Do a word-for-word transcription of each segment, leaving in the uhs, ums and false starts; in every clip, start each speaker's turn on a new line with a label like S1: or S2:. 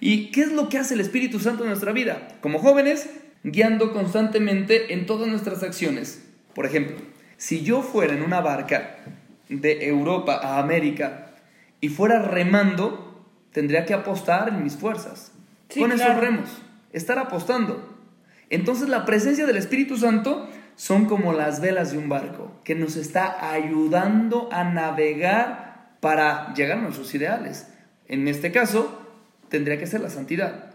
S1: ¿Y qué es lo que hace el Espíritu Santo en nuestra vida? Como jóvenes, guiando constantemente en todas nuestras acciones. Por ejemplo, si yo fuera en una barca de Europa a América y fuera remando, tendría que apostar en mis fuerzas.
S2: Sí,
S1: con
S2: claro.
S1: esos remos, estar apostando. Entonces la presencia del Espíritu Santo son como las velas de un barco, que nos está ayudando a navegar para llegar a nuestros ideales. En este caso, tendría que ser la santidad.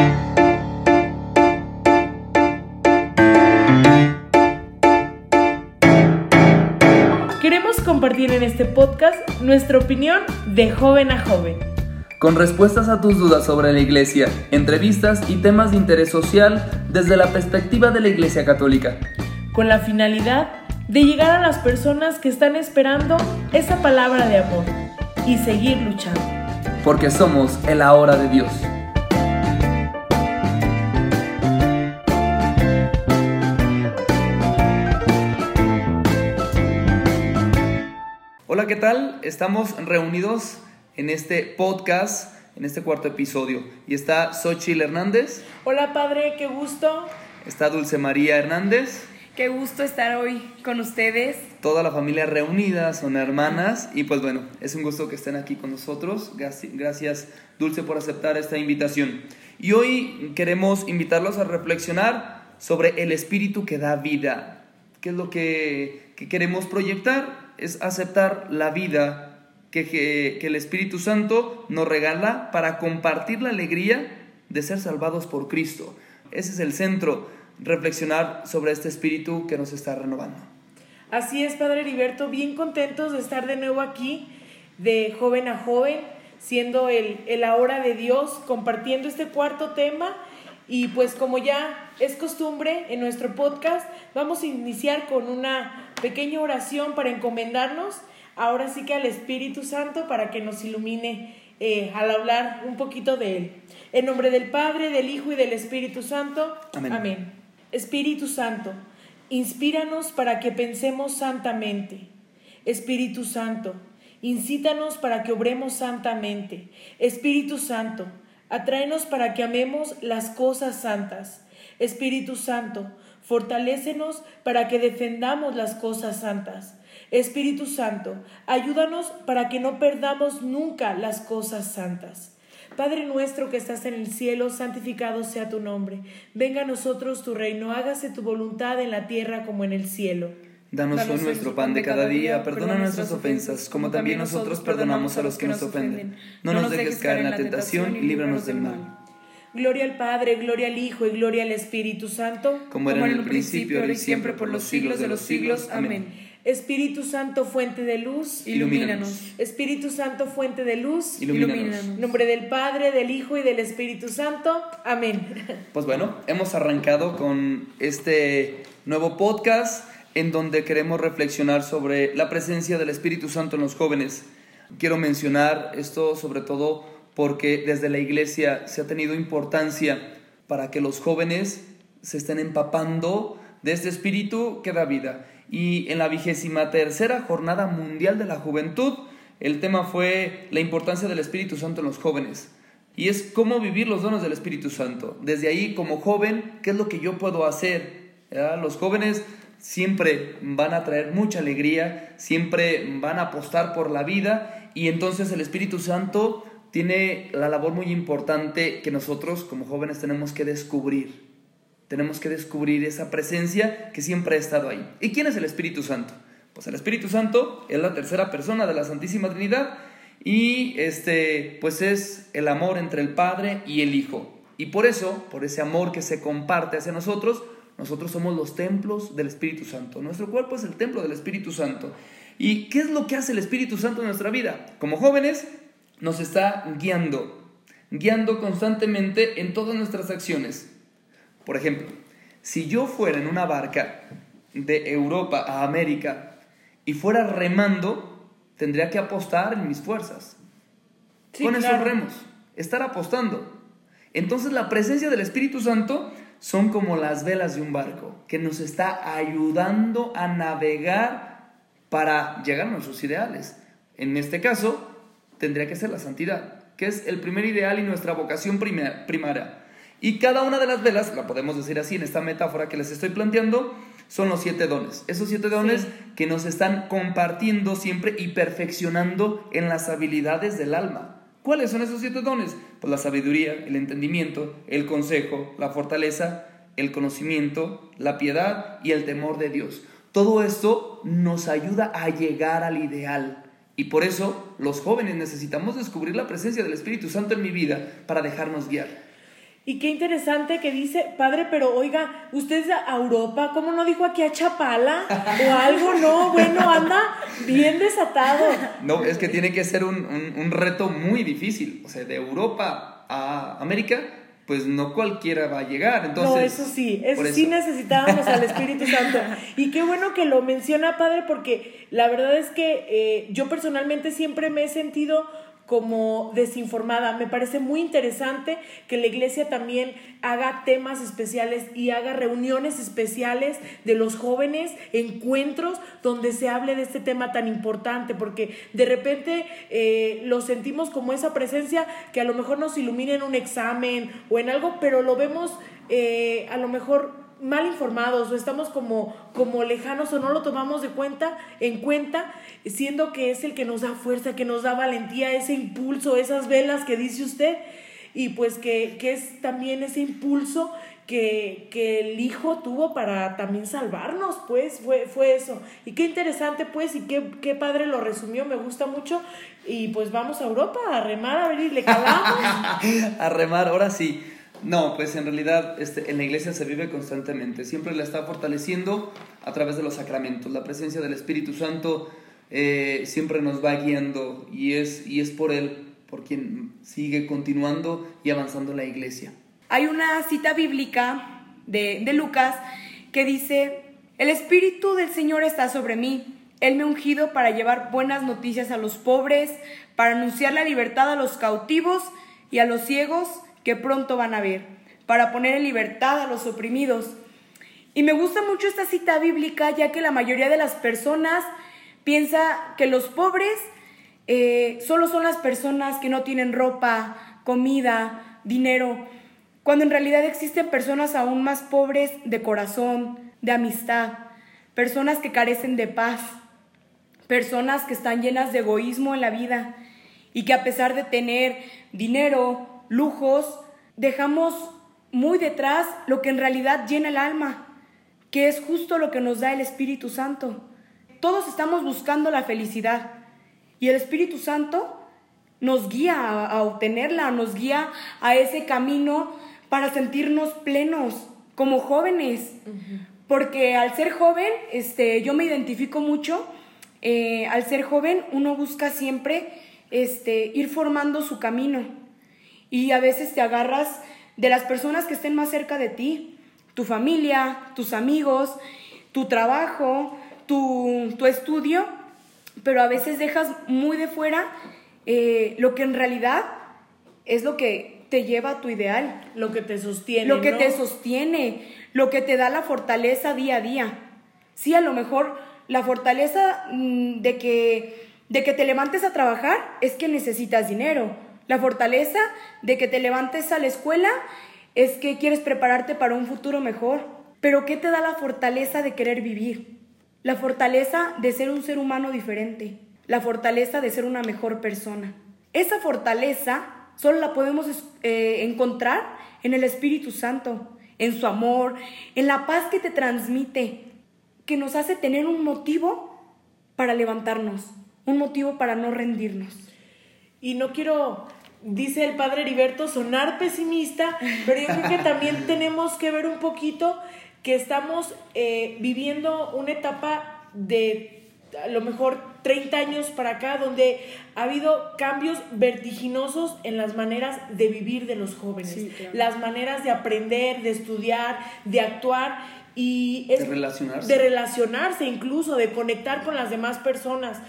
S2: Queremos compartir en este podcast nuestra opinión de joven a joven.
S1: Con respuestas a tus dudas sobre la iglesia, entrevistas y temas de interés social desde la perspectiva de la Iglesia Católica.
S2: Con la finalidad de llegar a las personas que están esperando esa palabra de amor y seguir luchando.
S1: Porque somos el ahora de Dios. Hola, ¿qué tal? Estamos reunidos en este podcast, en este cuarto episodio. Y está Xochitl Hernández.
S2: Hola, padre, qué gusto.
S1: Está Dulce María Hernández.
S3: Qué gusto estar hoy con ustedes.
S1: Toda la familia reunida, son hermanas. Y pues bueno, es un gusto que estén aquí con nosotros. Gracias, Dulce, por aceptar esta invitación. Y hoy queremos invitarlos a reflexionar sobre el espíritu que da vida. ¿Qué es lo que, que queremos proyectar? Es aceptar la vida que, que, que el Espíritu Santo nos regala para compartir la alegría de ser salvados por Cristo. Ese es el centro, reflexionar sobre este espíritu que nos está renovando.
S2: Así es, padre Heriberto, bien contentos de estar de nuevo aquí, de joven a joven, siendo el, el ahora de Dios, compartiendo este cuarto tema. Y pues como ya es costumbre en nuestro podcast, vamos a iniciar con una pequeña oración para encomendarnos ahora sí que al Espíritu Santo para que nos ilumine eh, al hablar un poquito de Él. En nombre del Padre, del Hijo y del Espíritu Santo.
S1: Amén.
S2: Amén. Espíritu Santo, inspíranos para que pensemos santamente. Espíritu Santo, incítanos para que obremos santamente. Espíritu Santo, atráenos para que amemos las cosas santas. Espíritu Santo, fortalécenos para que defendamos las cosas santas. Espíritu Santo, ayúdanos para que no perdamos nunca las cosas santas. Padre nuestro que estás en el cielo, santificado sea tu nombre. Venga a nosotros tu reino, hágase tu voluntad en la tierra como en el cielo.
S1: Danos hoy nuestro pan de cada día, perdona nuestras ofensas, como también nosotros perdonamos a los que nos ofenden. No nos dejes caer en la tentación y líbranos del mal.
S2: Gloria al Padre, gloria al Hijo y gloria al Espíritu Santo,
S1: como era en el principio, ahora y siempre, por los siglos de los siglos. Amén.
S2: Espíritu Santo, fuente de luz,
S1: ilumínanos.
S2: Espíritu Santo, fuente de luz,
S1: ilumínanos.
S2: En nombre del Padre, del Hijo y del Espíritu Santo. Amén.
S1: Pues bueno, hemos arrancado con este nuevo podcast en donde queremos reflexionar sobre la presencia del Espíritu Santo en los jóvenes. Quiero mencionar esto sobre todo porque desde la iglesia se ha tenido importancia para que los jóvenes se estén empapando de este espíritu que da vida. Y en la vigésima tercera jornada mundial de la juventud, el tema fue la importancia del Espíritu Santo en los jóvenes. Y es cómo vivir los dones del Espíritu Santo. Desde ahí, como joven, ¿qué es lo que yo puedo hacer? ¿Verdad? Los jóvenes siempre van a traer mucha alegría, siempre van a apostar por la vida, y entonces el Espíritu Santo tiene la labor muy importante que nosotros como jóvenes tenemos que descubrir. Tenemos que descubrir esa presencia que siempre ha estado ahí. ¿Y quién es el Espíritu Santo? Pues el Espíritu Santo es la tercera persona de la Santísima Trinidad y este, pues es el amor entre el Padre y el Hijo. Y por eso, por ese amor que se comparte hacia nosotros, nosotros somos los templos del Espíritu Santo. Nuestro cuerpo es el templo del Espíritu Santo. ¿Y qué es lo que hace el Espíritu Santo en nuestra vida? Como jóvenes, nos está guiando, guiando constantemente en todas nuestras acciones. Por ejemplo, si yo fuera en una barca de Europa a América y fuera remando, tendría que apostar en mis fuerzas.
S2: Sí,
S1: con
S2: claro.
S1: esos remos, estar apostando. Entonces la presencia del Espíritu Santo son como las velas de un barco, que nos está ayudando a navegar para llegar a nuestros ideales. En este caso, tendría que ser la santidad. que es el primer ideal y nuestra vocación primer, primaria. Y cada una de las velas, la podemos decir así en esta metáfora que les estoy planteando, son los siete dones. Esos siete dones sí. que nos están compartiendo siempre y perfeccionando en las habilidades del alma. ¿Cuáles son esos siete dones? Pues la sabiduría, el entendimiento, el consejo, la fortaleza, el conocimiento, la piedad y el temor de Dios. Todo esto nos ayuda a llegar al ideal. Y por eso los jóvenes necesitamos descubrir la presencia del Espíritu Santo en mi vida para dejarnos guiar.
S2: Y qué interesante que dice, padre, pero oiga, ¿usted es a Europa? ¿Cómo no dijo aquí a Chapala? ¿O algo? No, bueno, anda bien desatado.
S1: No, es que tiene que ser un, un, un reto muy difícil. O sea, de Europa a América, pues no cualquiera va a llegar. Entonces,
S2: no, eso sí, eso, eso sí necesitábamos al Espíritu Santo. Y qué bueno que lo menciona, padre, porque la verdad es que eh, yo personalmente siempre me he sentido como desinformada. Me parece muy interesante que la iglesia también haga temas especiales y haga reuniones especiales de los jóvenes, encuentros donde se hable de este tema tan importante, porque de repente eh, lo sentimos como esa presencia que a lo mejor nos ilumina en un examen o en algo, pero lo vemos eh, a lo mejor mal informados o estamos como, como lejanos o no lo tomamos de cuenta, en cuenta, siendo que es el que nos da fuerza, que nos da valentía, ese impulso, esas velas que dice usted, y pues que, que es también ese impulso que, que el Hijo tuvo para también salvarnos, pues fue, fue eso. Y qué interesante, pues, y qué, qué padre lo resumió, me gusta mucho. Y pues vamos a Europa a remar, a ver y le calamos.
S1: A remar, ahora sí. No, pues en realidad este, en la iglesia se vive constantemente, siempre la está fortaleciendo a través de los sacramentos. La presencia del Espíritu Santo eh, siempre nos va guiando y es, y es por Él, por quien sigue continuando y avanzando la iglesia.
S3: Hay una cita bíblica de, de Lucas que dice: el Espíritu del Señor está sobre mí, Él me ha ungido para llevar buenas noticias a los pobres, para anunciar la libertad a los cautivos y a los ciegos que pronto van a ver, para poner en libertad a los oprimidos. Y me gusta mucho esta cita bíblica, ya que la mayoría de las personas piensa que los pobres eh, solo son las personas que no tienen ropa, comida, dinero, cuando en realidad existen personas aún más pobres de corazón, de amistad, personas que carecen de paz, personas que están llenas de egoísmo en la vida y que a pesar de tener dinero, lujos, dejamos muy detrás lo que en realidad llena el alma, que es justo lo que nos da el Espíritu Santo. Todos estamos buscando la felicidad y el Espíritu Santo nos guía a, a obtenerla, nos guía a ese camino para sentirnos plenos como jóvenes. Uh-huh. Porque al ser joven, este, yo me identifico mucho, eh, al ser joven uno busca siempre este, ir formando su camino. Y a veces te agarras de las personas que estén más cerca de ti, tu familia, tus amigos, tu trabajo, tu, tu estudio, pero a veces dejas muy de fuera eh, lo que en realidad es lo que te lleva a tu ideal.
S2: Lo que te sostiene,
S3: Lo que
S2: ¿no?
S3: te sostiene, lo que te da la fortaleza día a día. Sí, a lo mejor la fortaleza mmm, de, que, de que te levantes a trabajar es que necesitas dinero. La fortaleza de que te levantes a la escuela es que quieres prepararte para un futuro mejor. Pero ¿qué te da la fortaleza de querer vivir? La fortaleza de ser un ser humano diferente. La fortaleza de ser una mejor persona. Esa fortaleza solo la podemos eh, encontrar en el Espíritu Santo, en su amor, en la paz que te transmite, que nos hace tener un motivo para levantarnos, un motivo para no rendirnos.
S2: Y no quiero, dice el padre Heriberto, sonar pesimista, pero yo creo que también tenemos que ver un poquito que estamos eh, viviendo una etapa de a lo mejor treinta años para acá, donde ha habido cambios vertiginosos en las maneras de vivir de los jóvenes, sí, claro. Las maneras de aprender, de estudiar, de actuar y es,
S1: de relacionarse,
S2: de relacionarse incluso, de conectar con las demás personas.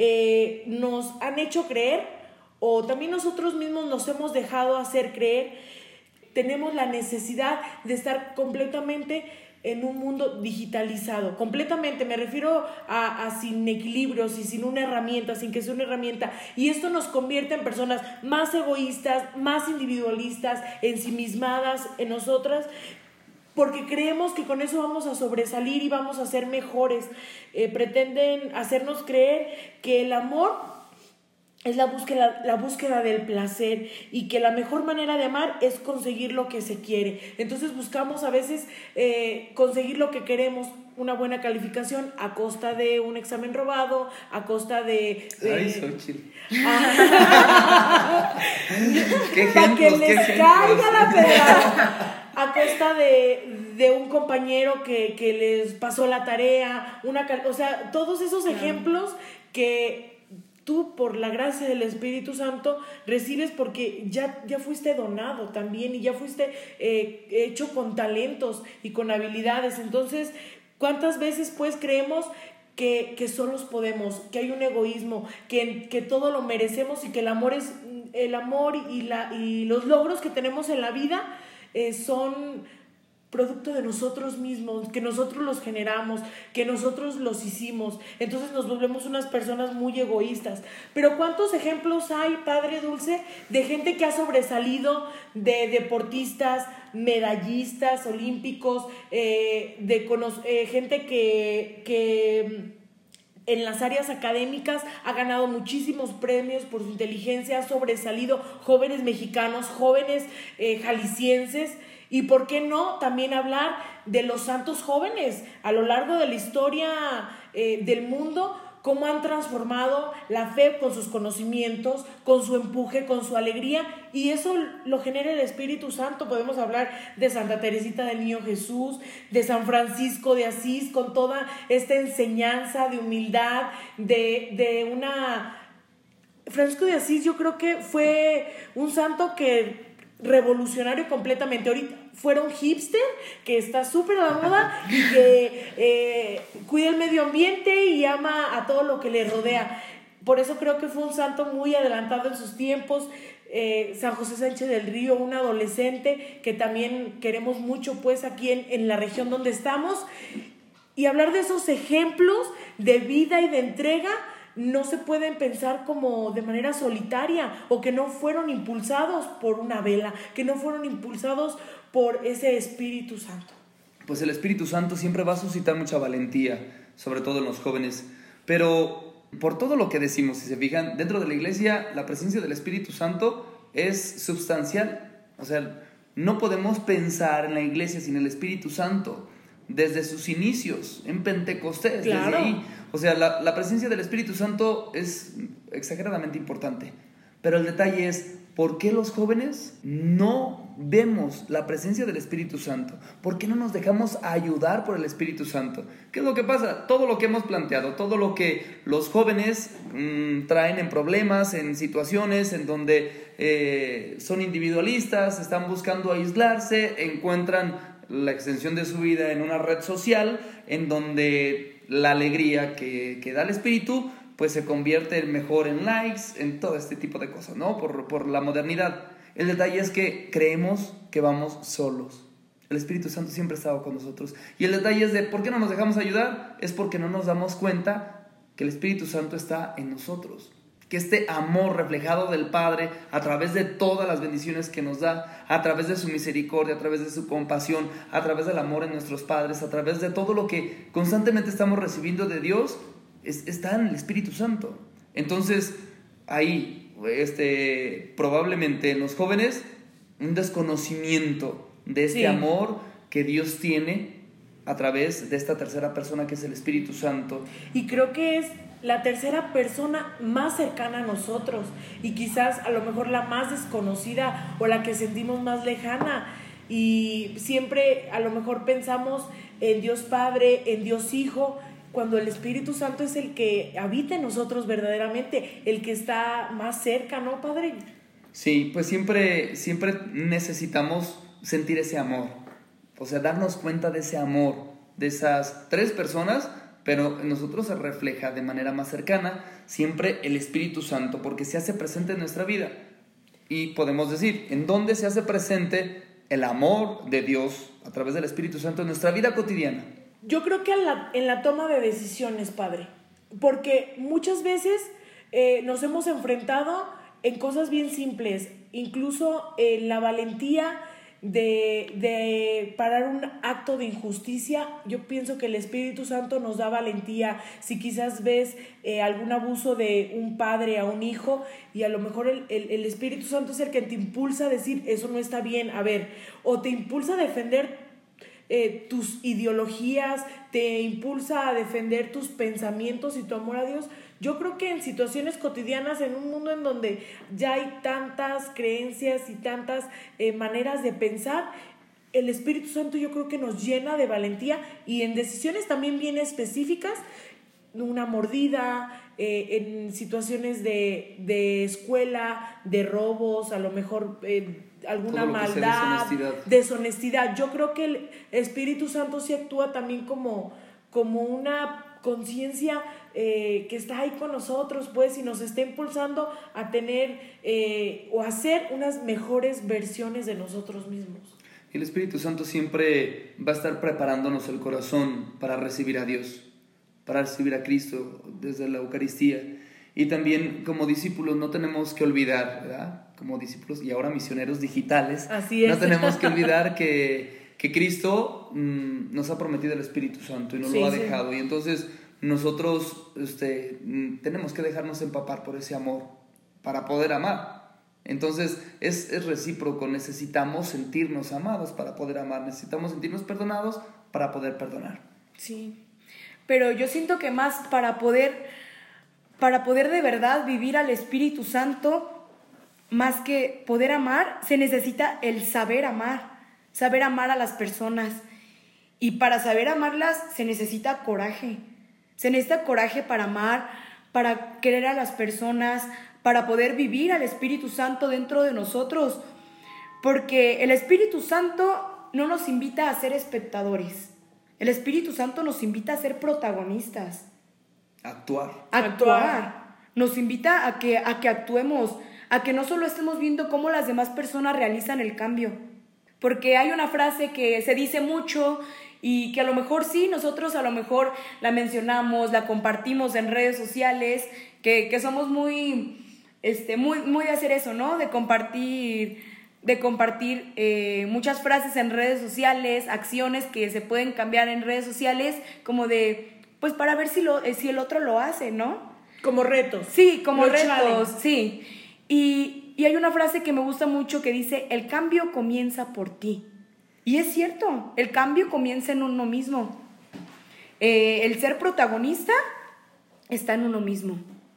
S2: Eh, nos han hecho creer, o también nosotros mismos nos hemos dejado hacer creer, tenemos la necesidad de estar completamente en un mundo digitalizado, completamente, me refiero a, a sin equilibrios y sin una herramienta, sin que sea una herramienta, y esto nos convierte en personas más egoístas, más individualistas, ensimismadas en nosotras, porque creemos que con eso vamos a sobresalir y vamos a ser mejores. Eh, pretenden hacernos creer que el amor es la búsqueda, la búsqueda del placer y que la mejor manera de amar es conseguir lo que se quiere. Entonces buscamos a veces eh, conseguir lo que queremos, una buena calificación a costa de un examen robado, a costa de... de
S1: Ay, Xochitl.
S2: ¿Qué para que les caiga la pedrada. A costa de, de un compañero que, que les pasó la tarea, una, o sea, todos esos ejemplos que tú, por la gracia del Espíritu Santo, recibes porque ya, ya fuiste donado también y ya fuiste eh, hecho con talentos y con habilidades. Entonces, ¿cuántas veces pues creemos que, que solos podemos, que hay un egoísmo, que, que todo lo merecemos y que el amor es el amor y, la, y los logros que tenemos en la vida eh, son producto de nosotros mismos, que nosotros los generamos, que nosotros los hicimos? Entonces nos volvemos unas personas muy egoístas. Pero ¿cuántos ejemplos hay, Padre Dulce, de gente que ha sobresalido, de deportistas, medallistas olímpicos, eh, de cono- eh, gente que... que en las áreas académicas ha ganado muchísimos premios por su inteligencia, ha sobresalido, jóvenes mexicanos, jóvenes eh, jaliscienses? Y por qué no también hablar de los santos jóvenes a lo largo de la historia eh, del mundo, cómo han transformado la fe con sus conocimientos, con su empuje, con su alegría, y eso lo genera el Espíritu Santo. Podemos hablar de Santa Teresita del Niño Jesús, de San Francisco de Asís, con toda esta enseñanza de humildad, de, de una... Francisco de Asís yo creo que fue un santo que revolucionario completamente. Ahorita fuera un hipster que está súper a la moda y que eh, cuida el medio ambiente y ama a todo lo que le rodea. Por eso creo que fue un santo muy adelantado en sus tiempos. eh, San José Sánchez del Río, un adolescente que también queremos mucho pues aquí en, en la región donde estamos, y hablar de esos ejemplos de vida y de entrega no se pueden pensar como de manera solitaria, o que no fueron impulsados por una vela, que no fueron impulsados por ese Espíritu Santo.
S1: Pues el Espíritu Santo siempre va a suscitar mucha valentía, sobre todo en los jóvenes, pero por todo lo que decimos, si se fijan, dentro de la iglesia la presencia del Espíritu Santo es sustancial. O sea, no podemos pensar en la iglesia sin el Espíritu Santo. Desde sus inicios, en Pentecostés,
S2: claro.
S1: Desde ahí. O sea, la, la presencia del Espíritu Santo es exageradamente importante. Pero el detalle es, ¿por qué los jóvenes no vemos la presencia del Espíritu Santo? ¿Por qué no nos dejamos ayudar por el Espíritu Santo? ¿Qué es lo que pasa? Todo lo que hemos planteado, todo lo que los jóvenes mmm, traen en problemas, en situaciones en donde eh, son individualistas, están buscando aislarse, encuentran la extensión de su vida en una red social en donde la alegría que, que da el Espíritu pues se convierte mejor en likes, en todo este tipo de cosas, ¿no? Por, por la modernidad. El detalle es que creemos que vamos solos. El Espíritu Santo siempre ha estado con nosotros. Y el detalle es de ¿por qué no nos dejamos ayudar? Es porque no nos damos cuenta que el Espíritu Santo está en nosotros. Que este amor reflejado del Padre a través de todas las bendiciones que nos da, a través de su misericordia, a través de su compasión, a través del amor en nuestros padres, a través de todo lo que constantemente estamos recibiendo de Dios, es, está en el Espíritu Santo. Entonces, ahí, este, probablemente en los jóvenes, un desconocimiento de este sí. amor que Dios tiene a través de esta tercera persona que es el Espíritu Santo.
S2: Y creo que es la tercera persona más cercana a nosotros y quizás a lo mejor la más desconocida o la que sentimos más lejana, y siempre a lo mejor pensamos en Dios Padre, en Dios Hijo, cuando el Espíritu Santo es el que habita en nosotros verdaderamente, el que está más cerca, ¿no, Padre?
S1: Sí, pues siempre, siempre necesitamos sentir ese amor, o sea, darnos cuenta de ese amor, de esas tres personas, pero en nosotros se refleja de manera más cercana siempre el Espíritu Santo, porque se hace presente en nuestra vida. Y podemos decir, ¿en dónde se hace presente el amor de Dios a través del Espíritu Santo en nuestra vida cotidiana?
S2: Yo creo que en la, en la toma de decisiones, Padre, porque muchas veces eh, nos hemos enfrentado en cosas bien simples, incluso en la valentía de, de parar un acto de injusticia. Yo pienso que el Espíritu Santo nos da valentía. Si quizás ves eh, algún abuso de un padre a un hijo, y a lo mejor el, el, el Espíritu Santo es el que te impulsa a decir, eso no está bien, a ver, o te impulsa a defender eh, tus ideologías, te impulsa a defender tus pensamientos y tu amor a Dios. Yo creo que en situaciones cotidianas, en un mundo en donde ya hay tantas creencias y tantas eh, maneras de pensar, el Espíritu Santo yo creo que nos llena de valentía, y en decisiones también bien específicas, una mordida, eh, en situaciones de, de escuela, de robos, a lo mejor eh, alguna maldad, deshonestidad. deshonestidad. Yo creo que el Espíritu Santo sí actúa también como, como una conciencia eh, que está ahí con nosotros, pues, y nos está impulsando a tener eh, o a hacer unas mejores versiones de nosotros mismos.
S1: El Espíritu Santo siempre va a estar preparándonos el corazón para recibir a Dios, para recibir a Cristo desde la Eucaristía. Y también como discípulos no tenemos que olvidar, ¿verdad? Como discípulos y ahora misioneros digitales,
S2: así es.
S1: No tenemos que olvidar que que Cristo mmm, nos ha prometido el Espíritu Santo y nos sí, lo ha dejado, sí. Y entonces nosotros este, tenemos que dejarnos empapar por ese amor para poder amar. Entonces es, es recíproco, necesitamos sentirnos amados para poder amar, necesitamos sentirnos perdonados para poder perdonar.
S3: Sí, pero yo siento que más para poder, para poder de verdad vivir al Espíritu Santo, más que poder amar, se necesita el saber amar. Saber amar a las personas. Y para saber amarlas se necesita coraje. Se necesita coraje para amar, para querer a las personas, para poder vivir al Espíritu Santo dentro de nosotros. Porque el Espíritu Santo no nos invita a ser espectadores. El Espíritu Santo nos invita a ser protagonistas.
S1: Actuar.
S3: Actuar. Nos invita a que, a que actuemos, a que no solo estemos viendo cómo las demás personas realizan el cambio. Porque hay una frase que se dice mucho y que a lo mejor sí, nosotros a lo mejor la mencionamos, la compartimos en redes sociales, que, que somos muy, este, muy, muy de hacer eso, ¿no? De compartir, de compartir eh, muchas frases en redes sociales, acciones que se pueden cambiar en redes sociales, como de, pues para ver si, lo, si el otro lo hace, ¿no?
S2: Como retos.
S3: Sí, como
S2: Lo
S3: retos,
S2: challenge.
S3: sí. Y... Y hay una frase que me gusta mucho que dice, el cambio comienza por ti. Y es cierto, el cambio comienza en uno mismo. Eh, el ser protagonista está en uno mismo.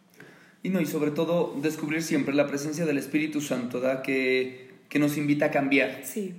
S1: Y no, y sobre todo descubrir siempre la presencia del Espíritu Santo, ¿da? Que, que nos invita a cambiar.
S3: Sí.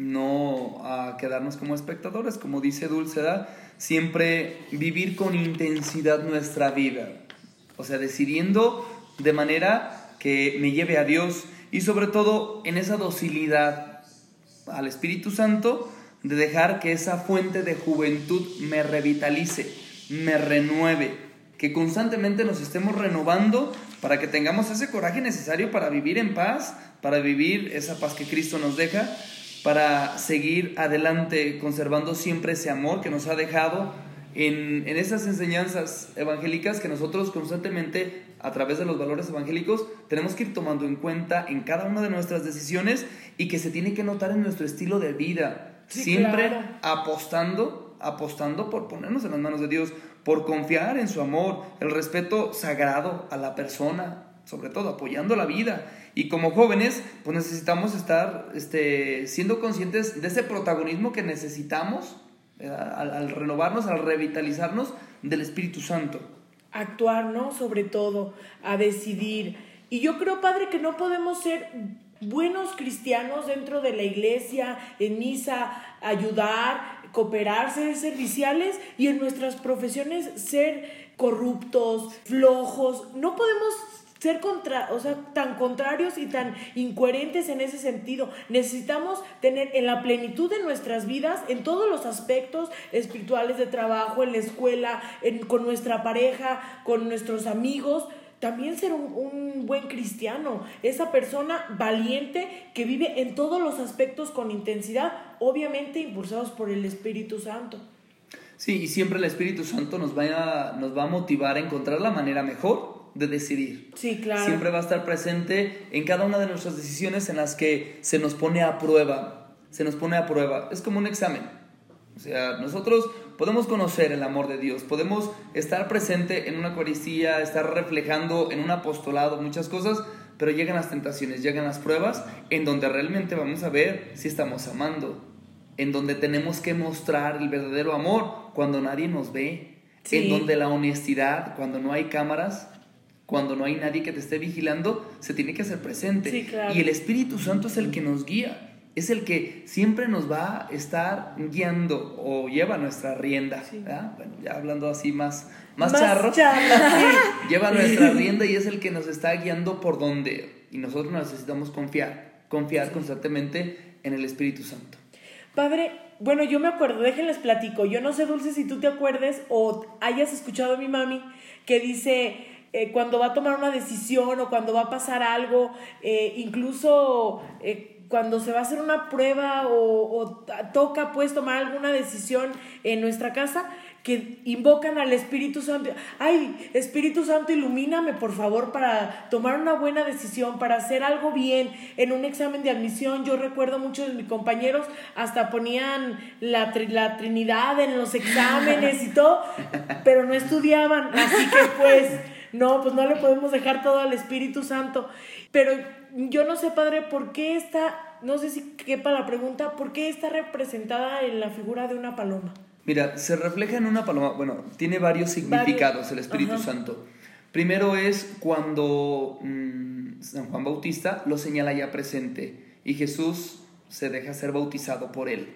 S1: No a quedarnos como espectadores, como dice Dulce, ¿da? Siempre vivir con intensidad nuestra vida. O sea, decidiendo de manera que me lleve a Dios, y sobre todo en esa docilidad al Espíritu Santo, de dejar que esa fuente de juventud me revitalice, me renueve, que constantemente nos estemos renovando para que tengamos ese coraje necesario para vivir en paz, para vivir esa paz que Cristo nos deja, para seguir adelante conservando siempre ese amor que nos ha dejado en, en esas enseñanzas evangélicas que nosotros constantemente, a través de los valores evangélicos, tenemos que ir tomando en cuenta en cada una de nuestras decisiones, y que se tiene que notar en nuestro estilo de vida. Sí, siempre claro. apostando, apostando por ponernos en las manos de Dios, por confiar en su amor, el respeto sagrado a la persona, sobre todo apoyando la vida. Y como jóvenes, pues necesitamos estar este, siendo conscientes de ese protagonismo que necesitamos al, al renovarnos, al revitalizarnos del Espíritu Santo.
S2: Actuar, ¿no? Sobre todo, a decidir. Y yo creo, Padre, que no podemos ser buenos cristianos dentro de la iglesia, en misa, ayudar, cooperar, ser serviciales, y en nuestras profesiones ser corruptos, flojos. No podemos ser contra, o sea, tan contrarios y tan incoherentes en ese sentido. Necesitamos tener en la plenitud de nuestras vidas, en todos los aspectos espirituales, de trabajo, en la escuela, en, con nuestra pareja, con nuestros amigos, también ser un, un buen cristiano, esa persona valiente que vive en todos los aspectos con intensidad, obviamente impulsados por el Espíritu Santo.
S1: Sí, y siempre el Espíritu Santo nos va a, nos va a motivar a encontrar la manera mejor de decidir.
S2: Sí, claro.
S1: Siempre va a estar presente en cada una de nuestras decisiones en las que se nos pone a prueba. Se nos pone a prueba. Es como un examen. O sea, nosotros podemos conocer el amor de Dios, podemos estar presente en una Eucaristía, estar reflejando en un apostolado, muchas cosas, pero llegan las tentaciones, llegan las pruebas en donde realmente vamos a ver si estamos amando, en donde tenemos que mostrar el verdadero amor cuando nadie nos ve, sí. En donde la honestidad, cuando no hay cámaras, cuando no hay nadie que te esté vigilando, se tiene que hacer presente.
S2: Sí, claro.
S1: Y el Espíritu Santo es el que nos guía, es el que siempre nos va a estar guiando o lleva nuestra rienda. Sí. Bueno, ya hablando así más, más, más charro, charro sí. Lleva nuestra rienda y es el que nos está guiando por donde. Y nosotros necesitamos confiar, confiar sí. constantemente en el Espíritu Santo.
S2: Padre, bueno, yo me acuerdo, déjenles platico. Yo no sé, Dulce, si tú te acuerdes o hayas escuchado a mi mami que dice... Eh, cuando va a tomar una decisión o cuando va a pasar algo, eh, incluso eh, cuando se va a hacer una prueba o, o toca pues tomar alguna decisión en nuestra casa, que invocan al Espíritu Santo. Ay, Espíritu Santo, ilumíname por favor para tomar una buena decisión, para hacer algo bien en un examen de admisión. Yo recuerdo muchos de mis compañeros hasta ponían la, tri- la Trinidad en los exámenes y todo, pero no estudiaban, así que pues... No, pues no le podemos dejar todo al Espíritu Santo. Pero yo no sé, Padre, por qué está, no sé si quepa la pregunta, ¿por qué está representada en la figura de una paloma?
S1: Mira, se refleja en una paloma, bueno, tiene varios significados Varios. el Espíritu Ajá. Santo. Primero es cuando mmm, San Juan Bautista lo señala ya presente y Jesús se deja ser bautizado por él.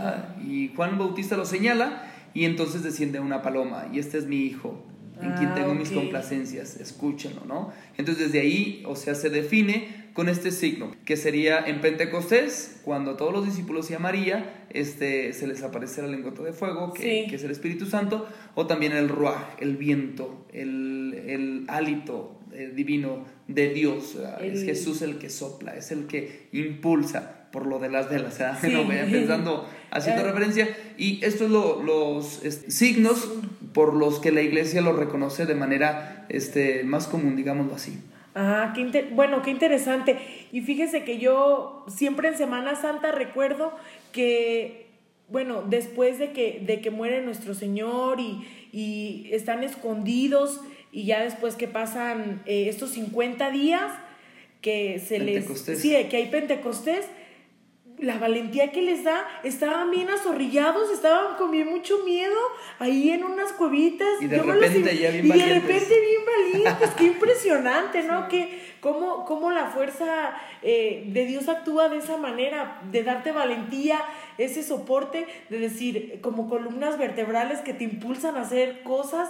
S1: Y Juan Bautista lo señala y entonces desciende una paloma y este es mi hijo, en ah, quien tengo okay. mis complacencias, escúchenlo, ¿no? Entonces desde ahí, o sea, se define con este signo, que sería en Pentecostés, cuando a todos los discípulos y a María este, se les aparece la lengüeta de fuego, que, sí. que es el Espíritu Santo, o también el ruaj, el viento, el, el hálito el divino de Dios, el... es Jesús el que sopla, es el que impulsa, por lo de las velas, ¿eh? Sí. No vayan pensando, haciendo eh. referencia, y estos son lo, los este, signos por los que la iglesia lo reconoce de manera este, más común, digámoslo así.
S2: Ah, qué inter- bueno, qué interesante. Y fíjese que yo siempre en Semana Santa recuerdo que, bueno, después de que, de que muere nuestro Señor y, y están escondidos, y ya después que pasan eh, estos cincuenta días, que se les... Sí, que hay Pentecostés, la valentía que les da, estaban bien azorrillados, estaban con bien mucho miedo, ahí en unas cuevitas.
S1: Y de Yo repente los... ya bien y valientes.
S2: Y de repente bien valientes, qué impresionante, ¿no? Sí. Que cómo, cómo la fuerza eh, de Dios actúa de esa manera, de darte valentía, ese soporte, de decir, como columnas vertebrales que te impulsan a hacer cosas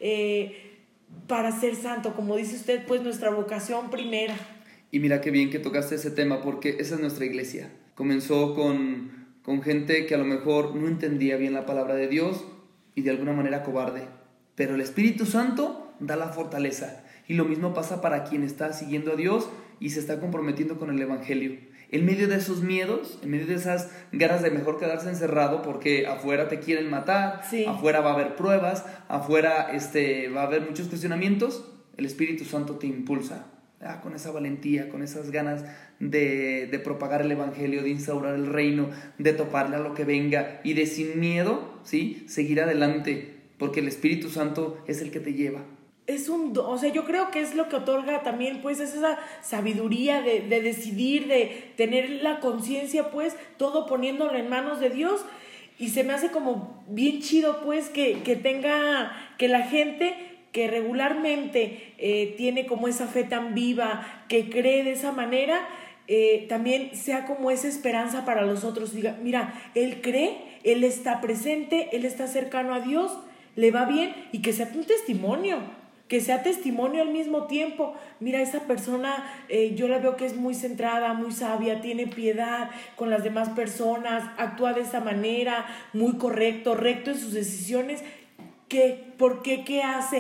S2: eh, para ser santo, como dice usted, pues nuestra vocación primera.
S1: Y mira qué bien que tocaste ese tema, porque esa es nuestra iglesia. Comenzó con, con gente que a lo mejor no entendía bien la palabra de Dios y de alguna manera cobarde. Pero el Espíritu Santo da la fortaleza. Y lo mismo pasa para quien está siguiendo a Dios y se está comprometiendo con el Evangelio. En medio de esos miedos, en medio de esas ganas de mejor quedarse encerrado porque afuera te quieren matar, sí. afuera va a haber pruebas, afuera este, va a haber muchos cuestionamientos, el Espíritu Santo te impulsa. Ah, con esa valentía, con esas ganas de, de propagar el Evangelio, de instaurar el reino, de toparle a lo que venga y de sin miedo, ¿sí? seguir adelante, porque el Espíritu Santo es el que te lleva.
S2: Es un don, o sea, yo creo que es lo que otorga también, pues, es esa sabiduría de, de decidir, de tener la conciencia, pues, todo poniéndolo en manos de Dios. Y se me hace como bien chido, pues, que, que tenga, que la gente que regularmente eh, tiene como esa fe tan viva, que cree de esa manera, eh, también sea como esa esperanza para los otros. Diga, mira, él cree, él está presente, él está cercano a Dios, le va bien, y que sea un testimonio, que sea testimonio al mismo tiempo. Mira, esa persona eh, yo la veo que es muy centrada, muy sabia, tiene piedad con las demás personas, actúa de esa manera, muy correcto, recto en sus decisiones. ¿Qué? ¿Por qué? ¿Qué hace?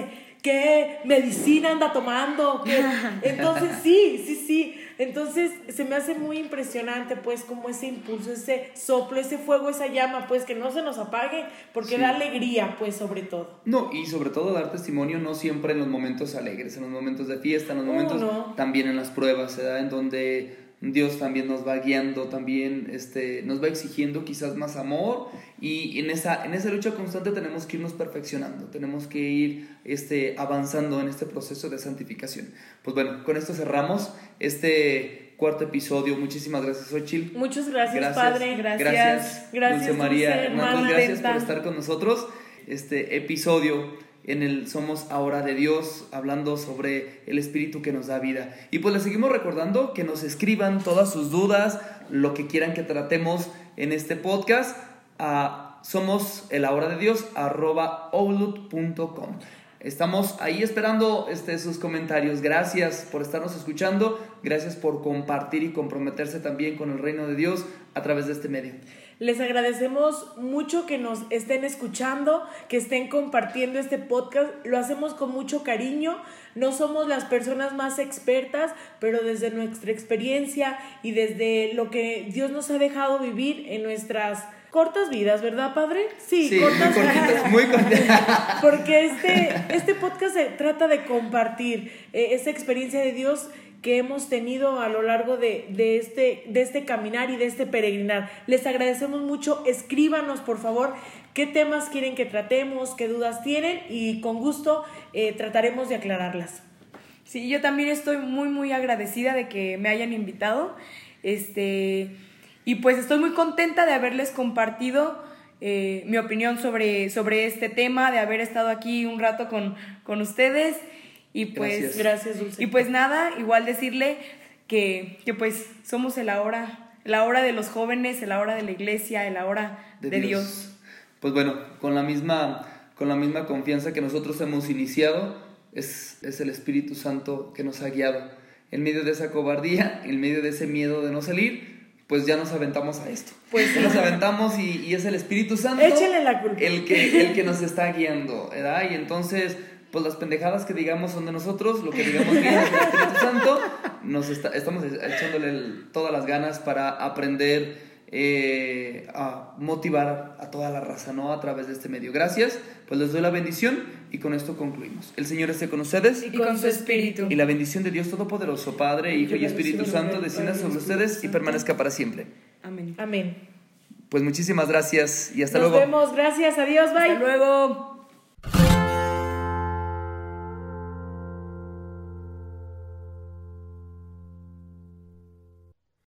S2: ¿qué medicina anda tomando? ¿Qué? Entonces sí, sí, sí. Entonces se me hace muy impresionante pues como ese impulso, ese soplo, ese fuego, esa llama pues que no se nos apague porque sí. Da alegría pues sobre todo.
S1: No, y sobre todo dar testimonio no siempre en los momentos alegres, en los momentos de fiesta, en los momentos
S2: oh, no.
S1: también en las pruebas, ¿verdad? En donde Dios también nos va guiando, también este, nos va exigiendo quizás más amor y en esa, en esa lucha constante tenemos que irnos perfeccionando, tenemos que ir este, avanzando en este proceso de santificación. Pues bueno, con esto cerramos este cuarto episodio. Muchísimas gracias, Xochitl.
S2: Muchas gracias,
S1: gracias
S2: Padre.
S1: Gracias,
S2: gracias, gracias
S1: Dulce María
S2: Dulce,
S1: Hernández, gracias por estar con nosotros. Este episodio en el Somos Ahora de Dios, hablando sobre el Espíritu que nos da vida. Y pues les seguimos recordando que nos escriban todas sus dudas, lo que quieran que tratemos en este podcast a somos el ahora de Dios arroba outlook punto com. Estamos ahí esperando este, sus comentarios. Gracias por estarnos escuchando, gracias por compartir y comprometerse también con el reino de Dios a través de este medio.
S2: Les agradecemos mucho que nos estén escuchando, que estén compartiendo este podcast. Lo hacemos con mucho cariño. No somos las personas más expertas, pero desde nuestra experiencia y desde lo que Dios nos ha dejado vivir en nuestras cortas vidas, ¿verdad, Padre?
S1: Sí, sí cortas muy cortitas, muy cortitas.
S2: Porque este, este podcast se trata de compartir eh, esa experiencia de Dios que hemos tenido a lo largo de, de, este, de este caminar y de este peregrinar. Les agradecemos mucho. Escríbanos, por favor, qué temas quieren que tratemos, qué dudas tienen y con gusto eh, trataremos de aclararlas.
S3: Sí, yo también estoy muy, muy agradecida de que me hayan invitado. Este, y pues estoy muy contenta de haberles compartido eh, mi opinión sobre, sobre este tema, de haber estado aquí un rato con, con ustedes. Y pues,
S1: gracias.
S2: gracias, Dulce.
S3: Y pues nada, igual decirle que, que pues somos el ahora, la hora de los jóvenes, el ahora de la iglesia, el ahora de, de Dios. Dios.
S1: Pues bueno, con la misma, con la misma confianza que nosotros hemos iniciado, es, es el Espíritu Santo que nos ha guiado. En medio de esa cobardía, en medio de ese miedo de no salir, pues ya nos aventamos a esto.
S2: Pues
S1: ya nos aventamos y, y es el Espíritu Santo
S2: Échale la culpa.
S1: El que, el que nos está guiando, ¿verdad? Y entonces pues las pendejadas que digamos son de nosotros, lo que digamos bien es del Espíritu Santo. Nos está, estamos echándole el, todas las ganas para aprender eh, a motivar a toda la raza, ¿no? A través de este medio. Gracias, pues les doy la bendición y con esto concluimos. El Señor esté con ustedes
S2: y con su espíritu.
S1: Y la bendición de Dios Todopoderoso, Padre, Hijo y Espíritu Santo, descienda sobre ustedes y permanezca para siempre.
S3: Amén.
S2: Amén.
S1: Pues muchísimas gracias y hasta
S2: Nos
S1: luego.
S2: Nos vemos, gracias, adiós, bye.
S3: Hasta luego.